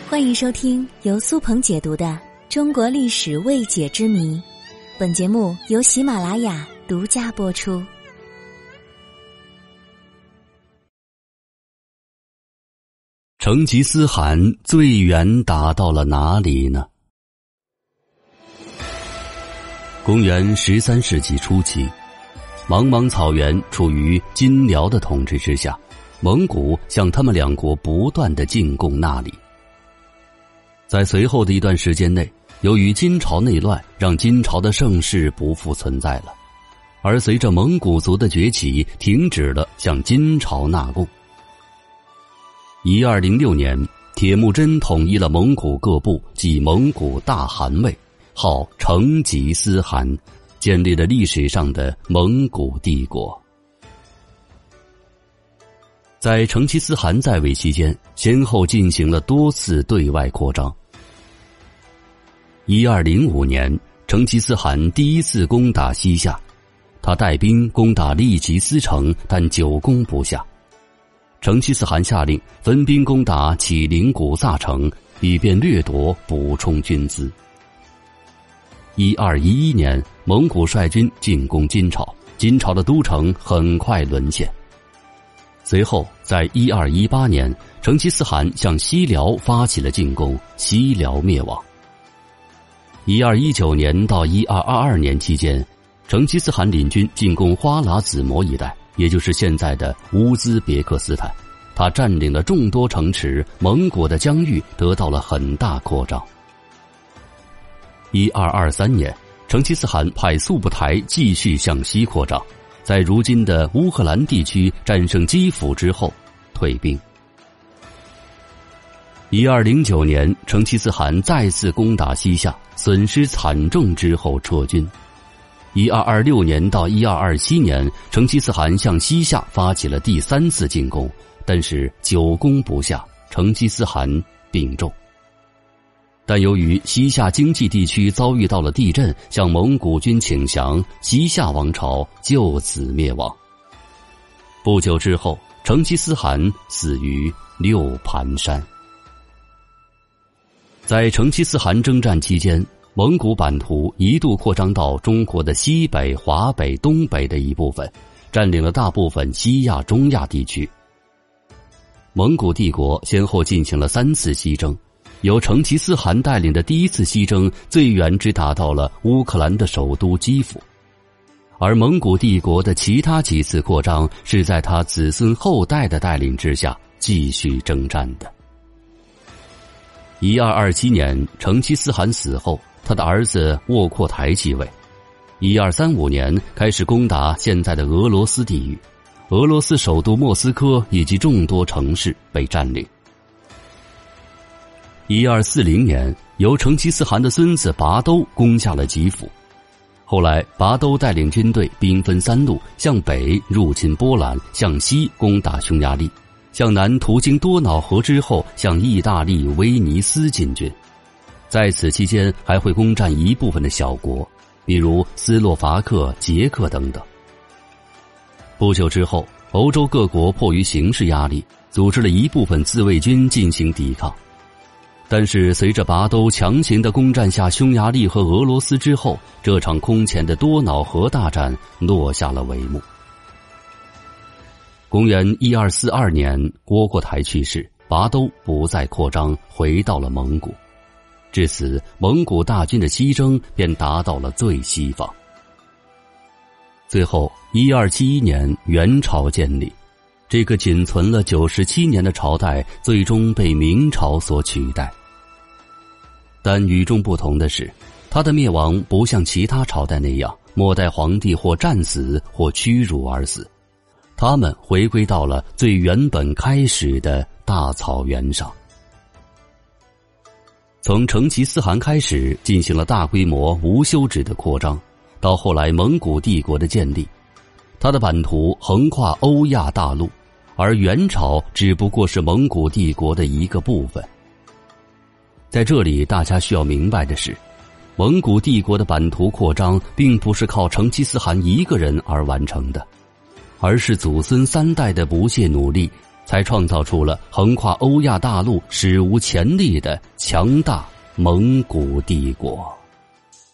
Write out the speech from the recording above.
欢迎收听由苏鹏解读的《中国历史未解之谜》，本节目由喜马拉雅独家播出。 成吉思汗最远打到了哪里呢？公元13世纪初期，茫茫草原处于金辽的统治之下，蒙古向他们两国不断的进贡纳礼。在随后的一段时间内，由于金朝内乱，让金朝的盛世不复存在了，而随着蒙古族的崛起，停止了向金朝纳贡。1206年，铁木真统一了蒙古各部及蒙古大汗位，号成吉思汗，建立了历史上的蒙古帝国。在成吉思汗在位期间，先后进行了多次对外扩张。1205年，成吉思汗第一次攻打西夏，他带兵攻打利吉斯城，但久攻不下。成吉思汗下令分兵攻打乞陵古萨城，以便掠夺补充军资。1211年，蒙古率军进攻金朝，金朝的都城很快沦陷。随后在1218年，成吉思汗向西辽发起了进攻，西辽灭亡。1219年到1222年期间，成吉思汗领军进攻花剌子模一带，也就是现在的乌兹别克斯坦，他占领了众多城池，蒙古的疆域得到了很大扩张。1223年，成吉思汗派速不台继续向西扩张，在如今的乌克兰地区战胜基辅之后退兵。1209年，成吉思汗再次攻打西夏，损失惨重之后撤军。1226年到1227年，成吉思汗向西夏发起了第三次进攻，但是久攻不下，成吉思汗病重。但由于西夏经济地区遭遇到了地震，向蒙古军请降，西夏王朝就此灭亡。不久之后，成吉思汗死于六盘山。在成吉思汗征战期间，蒙古版图一度扩张到中国的西北、华北、东北的一部分，占领了大部分西亚、中亚地区。蒙古帝国先后进行了3次西征，由成吉思汗带领的第一次西征最远只打到了乌克兰的首都基辅，而蒙古帝国的其他几次扩张是在他子孙后代的带领之下继续征战的。1227年，成吉思汗死后，他的儿子窝阔台继位。1235年开始攻打现在的俄罗斯地域，俄罗斯首都莫斯科以及众多城市被占领。1240年，由成吉思汗的孙子拔都攻下了基辅。后来拔都带领军队兵分3路，向北入侵波兰，向西攻打匈牙利，向南途经多瑙河之后向意大利威尼斯进军。在此期间还会攻占一部分的小国，比如斯洛伐克、捷克等等。不久之后，欧洲各国迫于形势压力，组织了一部分自卫军进行抵抗。但是随着拔都强行地攻占下匈牙利和俄罗斯之后，这场空前的多瑙河大战落下了帷幕。公元1242年，窝阔台去世，拔都不再扩张，回到了蒙古。至此，蒙古大军的西征便达到了最西方。最后1271年，元朝建立，这个仅存了97年的朝代最终被明朝所取代。但与众不同的是，它的灭亡不像其他朝代那样，末代皇帝或战死或屈辱而死，他们回归到了最原本开始的大草原上。从成吉思汗开始，进行了大规模无休止的扩张，到后来蒙古帝国的建立，它的版图横跨欧亚大陆，而元朝只不过是蒙古帝国的一个部分。在这里大家需要明白的是，蒙古帝国的版图扩张并不是靠成吉思汗一个人而完成的，而是祖孙3代的不懈努力， 才创造出了横跨欧亚大陆史无前例的强大蒙古帝国。